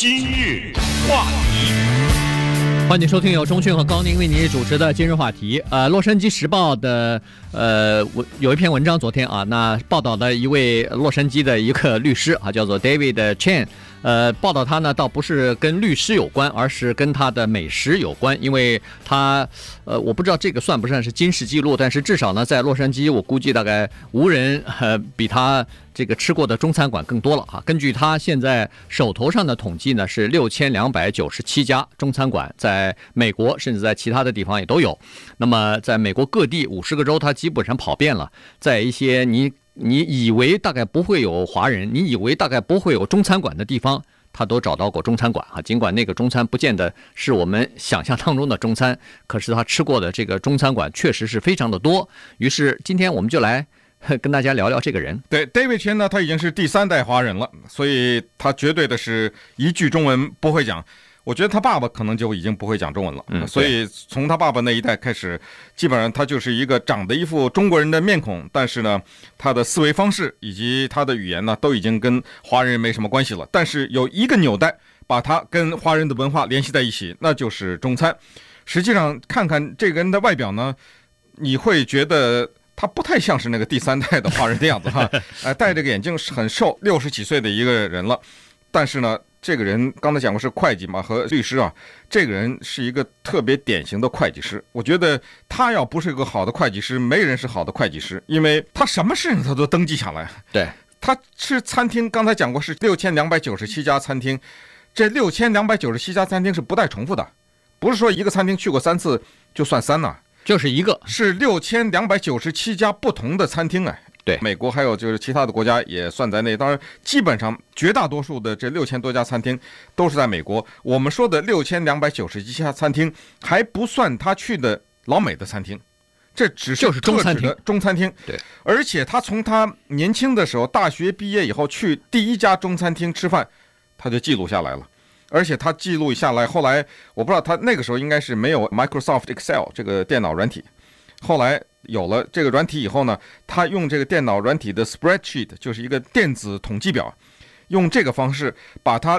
今日话题， 欢迎收听由钟讯和高宁为你主持的今日话题。洛杉矶时报的有一篇文章，昨天啊，那报道的一位洛杉矶的一个律师啊，叫做 David Chen。报道他呢，倒不是跟律师有关，而是跟他的美食有关，因为他我不知道这个算不算是金氏纪录，但是至少呢，在洛杉矶，我估计大概无人比他这个吃过的中餐馆更多了啊。根据他现在手头上的统计呢，是6297家中餐馆，在美国甚至在其他的地方也都有。那么在美国各地50个州，他基本上跑遍了，在一些你以为大概不会有华人，你以为大概不会有中餐馆的地方，他都找到过中餐馆啊。尽管那个中餐不见得是我们想象当中的中餐，可是他吃过的这个中餐馆确实是非常的多。于是今天我们就来跟大家聊聊这个人。 对 David Chen 呢，他已经是第3代华人了，所以他绝对的是一句中文不会讲。我觉得他爸爸可能就已经不会讲中文了，所以从他爸爸那一代开始，基本上他就是一个长得一副中国人的面孔，但是呢，他的思维方式以及他的语言呢，都已经跟华人没什么关系了。但是有一个纽带把他跟华人的文化联系在一起，那就是中餐。实际上看看这个人的外表呢，你会觉得他不太像是那个第3代的华人的样子哈，戴这个眼镜，很瘦，60几岁的一个人了，但是呢，这个人刚才讲过是会计嘛和律师啊，这个人是一个特别典型的会计师。我觉得他要不是一个好的会计师，没人是好的会计师，因为他什么事情他都登记下来。 对， 他吃餐厅，刚才讲过是6297家餐厅，这6297家餐厅是不带重复的，不是说一个餐厅去过3次就算3呢， 就是一个， 是6297家不同的餐厅。 对， 美国还有就是其他的国家也算在内，当然基本上绝大多数的这6000多家餐厅都是在美国。我们说的6297家餐厅还不算他去的老美的餐厅，这只是中餐厅。 中餐厅， 对， 而且他从他年轻的时候，大学毕业以后去第1家中餐厅吃饭，他就记录下来了。而且他记录下来，后来我不知道他那个时候应该是没有 Microsoft Excel 这个电脑软体，后来有了这个软体以后呢，他用这个电脑软体的 spreadsheet， 就是一个电子统计表，用这个方式把他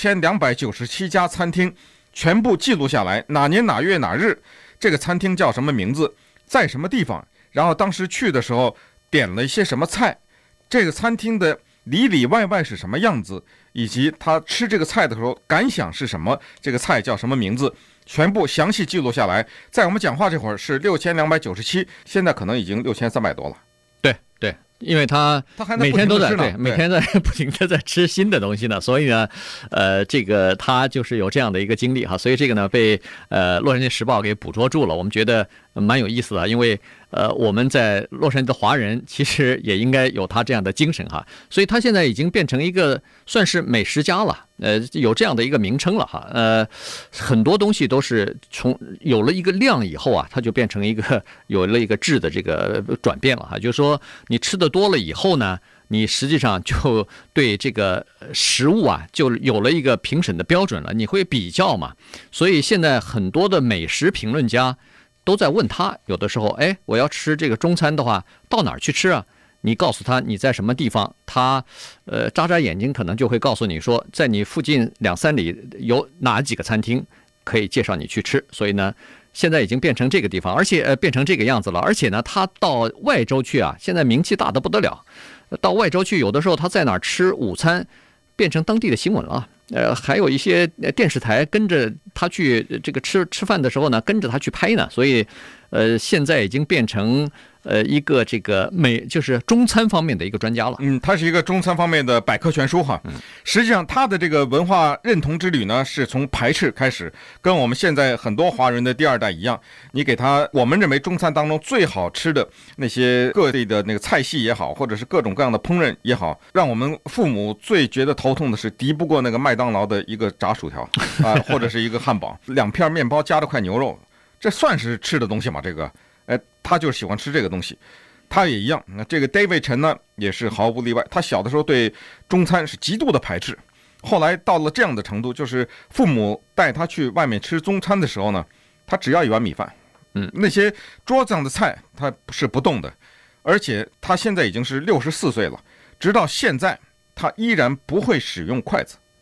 6297家餐厅全部记录下来，哪年哪月哪日，这个餐厅叫什么名字，在什么地方，然后当时去的时候点了一些什么菜，这个餐厅的里里外外是什么样子，以及他吃这个菜的时候感想是什么，这个菜叫什么名字，全部详细记录下来。在我们讲话这会儿是6297，现在可能已经6300多了。 对对，因为他每天都在每天在不停的在吃新的东西呢，所以呢，这个他就是有这样的一个经历哈，所以这个呢被洛杉矶时报给捕捉住了，我们觉得蛮有意思的，因为我们在洛杉矶的华人其实也应该有他这样的精神哈，所以他现在已经变成一个算是美食家了，有这样的一个名称了哈，很多东西都是从有了一个量以后啊，它就变成有了一个质的这个转变了哈，就是说你吃的多了以后呢，你实际上就对这个食物啊就有了一个评审的标准了，你会比较嘛，所以现在很多的美食评论家都在问他，有的时候，我要吃这个中餐的话，到哪儿去吃啊？你告诉他你在什么地方，他眨眨眼睛可能就会告诉你说，在你附近2-3里有哪几个餐厅可以介绍你去吃。所以呢，现在已经变成这个地方，而且变成这个样子了。而且呢，他到外州去啊，现在名气大得不得了。到外州去，有的时候他在哪儿吃午餐，变成当地的新闻了。还有一些电视台跟着他去这个吃饭的时候呢，跟着他去拍呢，所以现在已经变成一个这个就是中餐方面的一个专家了。 他是一个中餐方面的百科全书哈。实际上他的这个文化认同之旅呢，是从排斥开始，跟我们现在很多华人的第2代一样。你给他我们认为中餐当中最好吃的那些各地的那个菜系也好，或者是各种各样的烹饪也好，让我们父母最觉得头痛的是敌不过那个麦当劳的一个炸薯条啊，或者是一个汉堡，2片面包加了块牛肉，这算是吃的东西吗？这个他就是喜欢吃这个东西。他也一样，那这个 David Chen 呢也是毫不例外，他小的时候对中餐是极度的排斥，后来到了这样的程度，就是父母带他去外面吃中餐的时候呢，他只要一碗米饭，那些桌子上的菜他是不动的，而且他现在已经是64岁了，直到现在他依然不会使用筷子，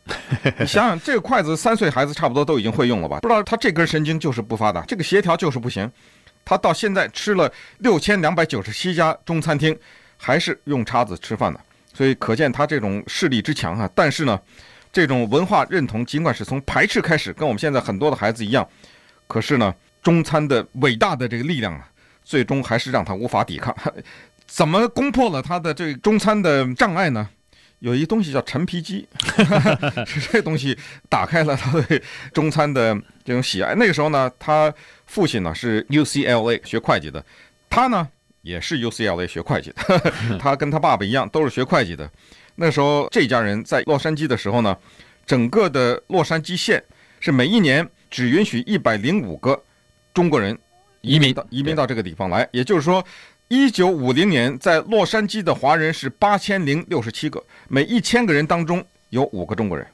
你想想，这个筷子3岁孩子差不多都已经会用了吧？不知道他这根神经就是不发达，这个协调就是不行。他到现在吃了6297家中餐厅，还是用叉子吃饭的，所以可见他这种势力之强啊。但是呢，这种文化认同尽管是从排斥开始，跟我们现在很多的孩子一样，可是呢，中餐的伟大的这个力量啊，最终还是让他无法抵抗。怎么攻破了他的这个中餐的障碍呢？有一东西叫陈皮鸡，是这东西打开了他对中餐的这种喜爱。那个时候呢，他父亲呢是 UCLA 学会计的，他呢也是 UCLA 学会计的，他跟他爸爸一样都是学会计的。那时候这家人在洛杉矶的时候呢，整个的洛杉矶县是每一年只允许105个中国人移民到这个地方来，也就是说1950年，在洛杉矶的华人是8067个，每1000个人当中有5个中国人。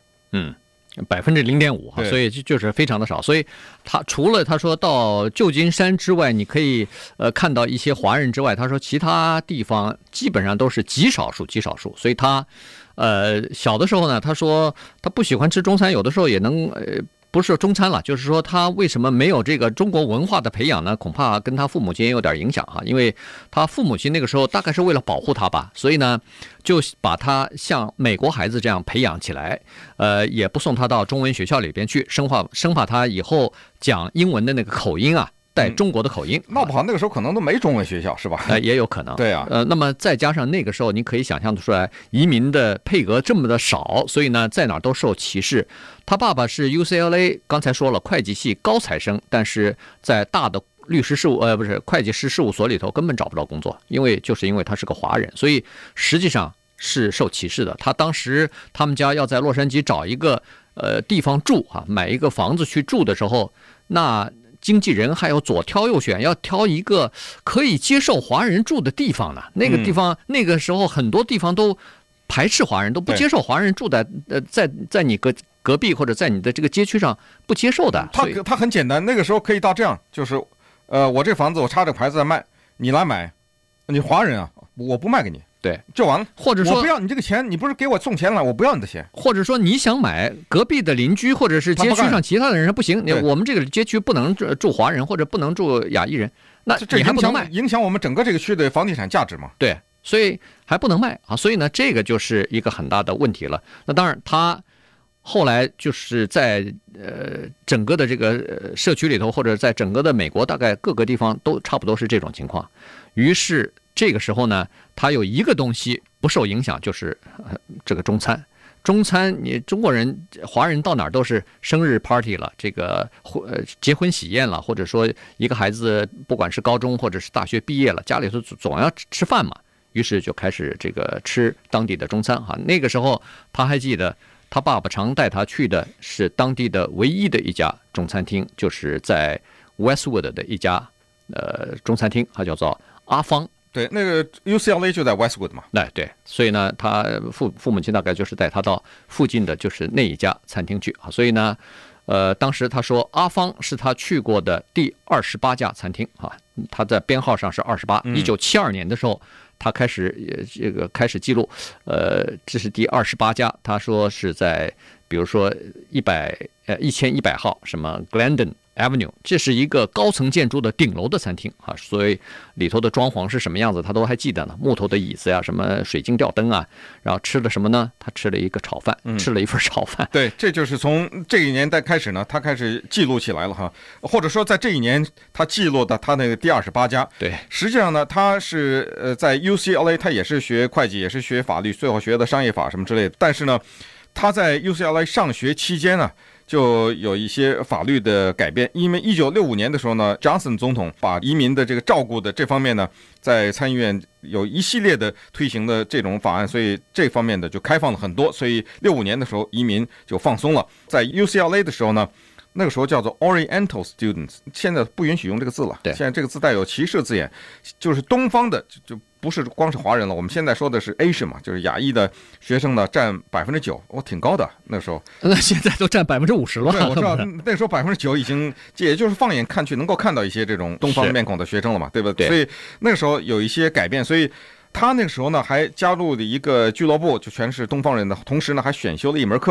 0.5%，所以就是非常的少。所以他除了他说到旧金山之外，你可以看到一些华人之外，他说其他地方基本上都是极少数。所以他小的时候呢，他说他不喜欢吃中餐，有的时候也能不是中餐了，就是说他为什么没有这个中国文化的培养呢？恐怕跟他父母亲也有点影响啊，因为他父母亲那个时候大概是为了保护他吧，所以呢就把他像美国孩子这样培养起来，也不送他到中文学校里边去，生怕他以后讲英文的那个口音啊带中国的口音， 闹不好那个时候可能都没中文学校，是吧？ 也有可能。 对啊。 那么再加上那个时候，你可以想象得出来，移民的配额这么的少，所以呢，在哪都受歧视。他爸爸是 UCLA， 刚才说了会计系高材生，但是在大的律师事务会计师事务所里头根本找不到工作，因为他是个华人，所以实际上是受歧视的。他当时他们家要在洛杉矶找一个地方住啊，买一个房子去住的时候，那经纪人还要左挑右选，要挑一个可以接受华人住的地方呢。那个地方那个时候很多地方都排斥华人，都不接受华人住在你隔壁或者在你的这个街区上不接受的。 他很简单，那个时候可以到这样，就是我这房子我插着牌子在卖，你来买，你华人啊，我不卖给你。 对， 就完了。 或者说我不要你这个钱，你不是给我送钱了，我不要你的钱。 或者说你想买，隔壁的邻居或者是街区上其他的人不行，我们这个街区不能住华人或者不能住亚裔人，那你还不能卖， 影响我们整个这个区的房地产价值嘛？ 对，所以还不能卖啊。所以呢，这个就是一个很大的问题了。那当然，他后来就是在整个的这个社区里头，或者在整个的美国，大概各个地方都差不多是这种情况。于是这个时候呢，他有一个东西不受影响，就是这个中餐。中餐，你中国人、华人到哪儿都是生日 party 了，这个结婚喜宴了，或者说一个孩子不管是高中或者是大学毕业了，家里头总要吃饭嘛，于是就开始这个吃当地的中餐哈。那个时候他还记得，他爸爸常带他去的是当地的唯一的一家中餐厅，就是在 Westwood 的一家中餐厅，它叫做阿芳。 对，那个 UCLA 就在 Westwood 嘛。 对，所以呢，他父母亲大概就是带他到附近的就是那一家餐厅去啊。所以呢，当时他说阿芳是他去过的第28家餐厅啊，他在编号上是28。1972年的时候，他开始记录，这是第28家。他说是在比如说1100号什么 Glendon Avenue， 这是一个高层建筑的顶楼的餐厅啊，所以里头的装潢是什么样子他都还记得呢，木头的椅子呀，什么水晶吊灯啊，然后吃了什么呢？他吃了一个炒饭，吃了一份炒饭。 对，这就是从这一年代开始呢，他开始记录起来了哈，或者说在这一年他记录的他那个第28家。 对， 实际上呢，他是在 UCLA 他也是学会计，也是学法律，最后学的商业法什么之类的，但是呢，他在 UCLA 上学期间呢，就有一些法律的改变，因为1965年的时候呢 ，Johnson 总统把移民的这个照顾的这方面呢，在参议院有一系列的推行的这种法案，所以这方面的就开放了很多，所以65年的时候移民就放松了。在 UCLA 的时候呢，那个时候叫做 Oriental Students， 现在不允许用这个字了， 对， 现在这个字带有歧视字眼，就是东方的就不是光是华人了，我们现在说的是 Asian 嘛，就是亚裔的学生呢占9%，挺高的那时候。 那现在都占50%了。 对，我知道那时候9%已经，也就是放眼看去能够看到一些这种东方面孔的学生了嘛，对吧？ 对。 所以那个时候有一些改变，所以他那个时候呢还加入了一个俱乐部，就全是东方人的，同时呢还选修了一门课，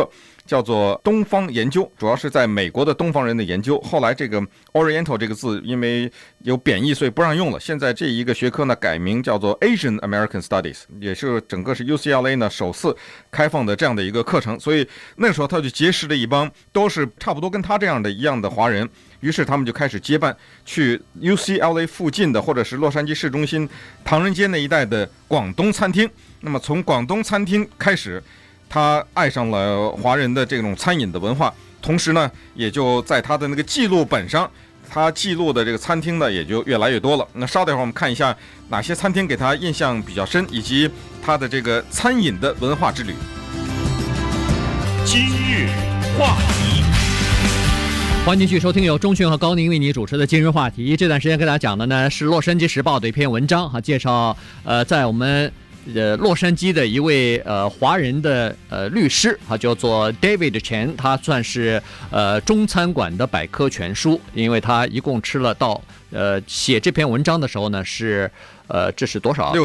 叫做东方研究，主要是在美国的东方人的研究。后来这个 Oriental 这个字因为有贬义，所以不让用了。现在这一个学科呢改名叫做 Asian American Studies， 也是整个是 UCLA 呢首次开放的这样的一个课程。所以那时候他就结识了一帮都是差不多跟他这样的一样的华人，于是他们就开始结伴去 UCLA 附近的或者是洛杉矶市中心唐人街那一带的广东餐厅。那么从广东餐厅开始，他爱上了华人的这种餐饮的文化，同时呢也就在他的那个记录本上，他记录的这个餐厅呢也就越来越多了。那稍等一会儿我们看一下哪些餐厅给他印象比较深，以及他的这个餐饮的文化之旅。 今日话题， 欢迎继续收听由钟迅和高宁为你主持的今日话题。这段时间跟大家讲的呢是《洛杉矶时报》的一篇文章哈，介绍在我们洛杉矶的一位华人的律师啊，叫做 David Chen， 他算是中餐馆的百科全书，因为他一共吃了到写这篇文章的时候呢是这是多少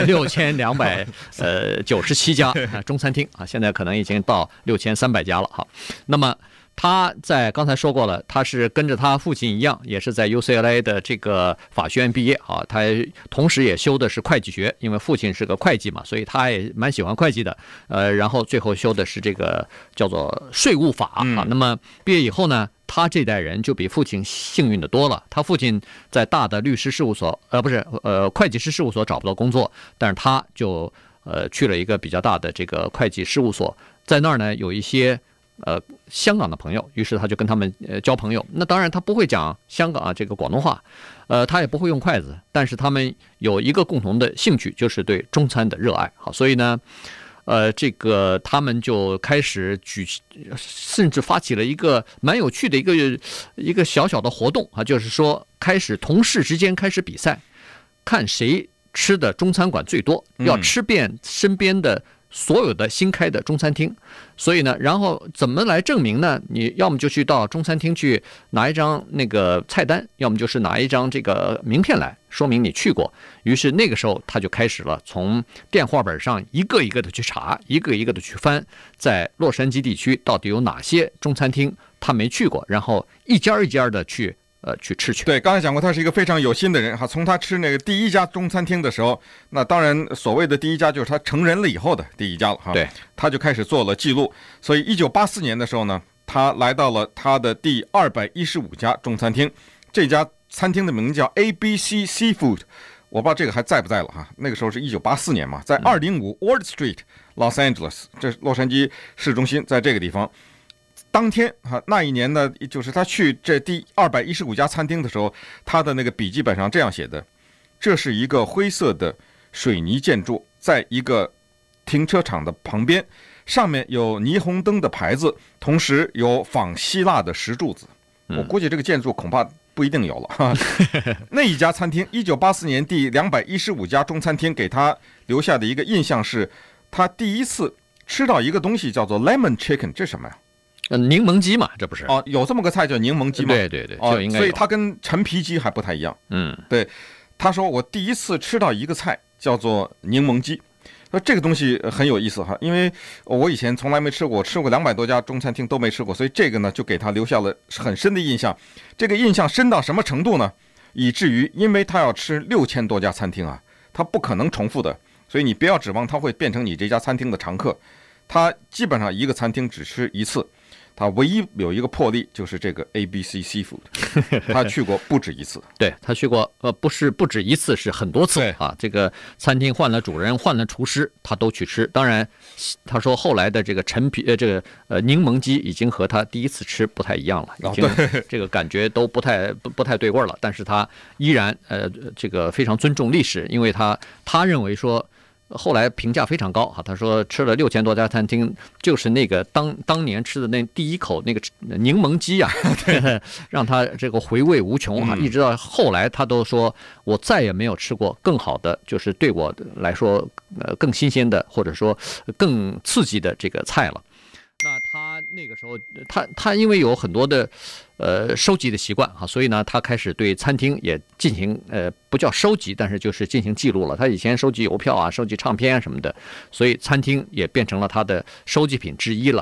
？6297家中餐厅啊，现在可能已经到6300家了哈。那么他在刚才说过了，他是跟着他父亲一样，也是在 UCLA 的这个法学院毕业啊。他同时也修的是会计学，因为父亲是个会计嘛，所以他也蛮喜欢会计的。然后最后修的是这个叫做税务法啊。那么毕业以后呢，他这代人就比父亲幸运的多了。他父亲在大的律师事务所，会计师事务所找不到工作，但是他就去了一个比较大的这个会计事务所，在那儿呢有一些香港的朋友，于是他就跟他们交朋友。那当然他不会讲香港这个广东话，他也不会用筷子，但是他们有一个共同的兴趣，就是对中餐的热爱。好，所以呢这个他们就开始甚至发起了一个蛮有趣的一个小小的活动啊，就是说开始同事之间开始比赛，看谁吃的中餐馆最多，要吃遍身边的所有的新开的中餐厅。所以呢，然后怎么来证明呢？你要么就去到中餐厅去拿一张那个菜单，要么就是拿一张这个名片来说明你去过。于是那个时候他就开始了从电话本上一个一个的去查，一个一个的去翻，在洛杉矶地区到底有哪些中餐厅他没去过，然后一家一家的去吃去。 对，刚才讲过，他是一个非常有心的人哈。从他吃那个第一家中餐厅的时候，那当然所谓的第一家就是他成人了以后的第一家了哈。 对，他就开始做了记录。所以1984年的时候呢，他来到了他的第215家中餐厅。这家餐厅的名字叫 ABC Seafood， 我不知道这个还在不在了哈。那个时候是1984年嘛，在205 Ward Street Los Angeles， 这是洛杉矶市中心，在这个地方。当天那一年呢，就是他去这第215家餐厅的时候，他的那个笔记本上这样写的：这是一个灰色的水泥建筑，在一个停车场的旁边，上面有霓虹灯的牌子，同时有仿希腊的石柱子。我估计这个建筑恐怕不一定有了。那一家餐厅，1984年第215家中餐厅给他留下的一个印象是，他第一次吃到一个东西叫做 lemon chicken， 这是什么呀？ 柠檬鸡嘛，这不是？ 哦，有这么个菜叫柠檬鸡吗？ 对对对，就应该有。 所以它跟陈皮鸡还不太一样。对。他说我第一次吃到一个菜叫做柠檬鸡，说这个东西很有意思哈，因为我以前从来没吃过，吃过200多家中餐厅都没吃过，所以这个呢就给他留下了很深的印象。这个印象深到什么程度呢？以至于因为他要吃6000多家餐厅啊，他不可能重复的，所以你不要指望他会变成你这家餐厅的常客。他基本上一个餐厅只吃一次。他唯一有一个破例，就是这个 ABC Seafood， 他去过不止一次。 对，他去过不止一次，是很多次啊。这个餐厅换了主人，换了厨师，他都去吃。当然，他说后来的这个柠檬鸡已经和他第一次吃不太一样了，已经这个感觉都不太对味了。但是他依然这个非常尊重历史，因为他认为说。后来评价非常高哈，他说吃了6000多家餐厅，就是那个当年吃的那第一口那个柠檬鸡啊，让他这个回味无穷啊，一直到后来他都说我再也没有吃过更好的，就是对我来说更新鲜的或者说更刺激的这个菜了。那他那个时候，他因为有很多的收集的习惯哈，所以呢，他开始对餐厅也进行不叫收集，但是就是进行记录了。他以前收集邮票啊，收集唱片啊什么的，所以餐厅也变成了他的收集品之一了。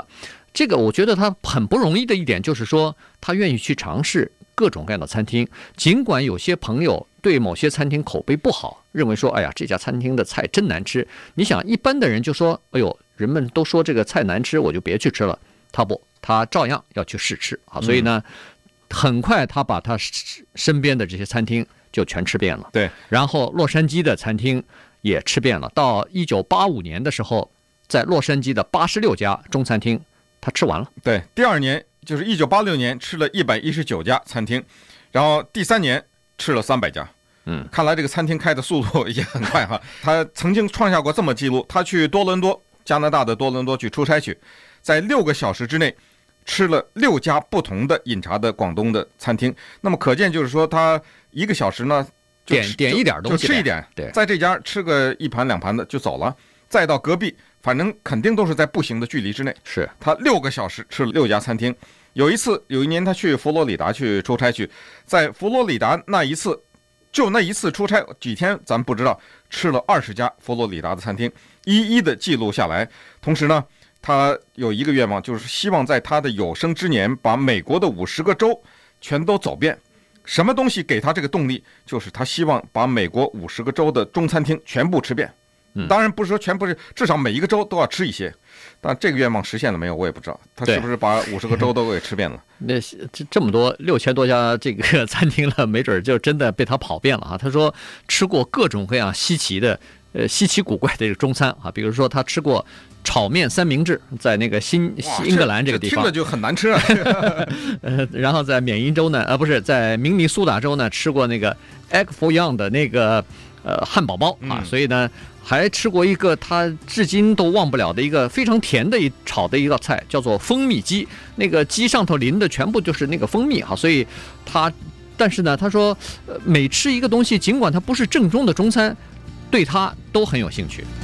这个我觉得他很不容易的一点就是说，他愿意去尝试各种各样的餐厅，尽管有些朋友对某些餐厅口碑不好，认为说，哎呀，这家餐厅的菜真难吃。你想，一般的人就说，哎呦，人们都说这个菜难吃，我就别去吃了。他不，他照样要去试吃啊。所以呢，很快他把他身边的这些餐厅就全吃遍了。 对， 然后洛杉矶的餐厅也吃遍了。到1985年的时候，在洛杉矶的86家中餐厅，他吃完了。 对，第二年就是1986年吃了119家餐厅，然后第3年吃了300家。看来这个餐厅开的速度也很快哈。他曾经创下过这么记录，他去多伦多，加拿大的多伦多去出差去，在6个小时之内吃了6家不同的饮茶的广东的餐厅。那么可见就是说，他1个小时呢点一点东西， 就吃一点， 对， 在这家吃个1盘2盘的就走了，再到隔壁，反正肯定都是在步行的距离之内。 是他6个小时吃了6家餐厅。有一年他去佛罗里达去出差去，在佛罗里达就那一次出差几天咱们不知道，吃了20家佛罗里达的餐厅，一一的记录下来。同时呢，他有一个愿望，就是希望在他的有生之年把美国的50个州全都走遍。什么东西给他这个动力？就是他希望把美国50个州的中餐厅全部吃遍。当然不是说全部是，至少每一个州都要吃一些。但这个愿望实现了没有，我也不知道。他是不是把50个州都给吃遍了？ 那这么多6000多家这个餐厅了，没准就真的被他跑遍了啊！他说吃过各种各样稀奇古怪的这个中餐啊，比如说他吃过炒面三明治，在那个新英格兰这个地方， 听着就很难吃啊。 然后在缅因州呢，不是在明尼苏达州呢，吃过那个 Egg for Young 的那个汉堡包啊，所以呢。还吃过一个他至今都忘不了的一个非常甜的炒的一道菜，叫做蜂蜜鸡。那个鸡上头淋的全部就是那个蜂蜜哈，所以但是呢，他说每吃一个东西，尽管它不是正宗的中餐，对他都很有兴趣。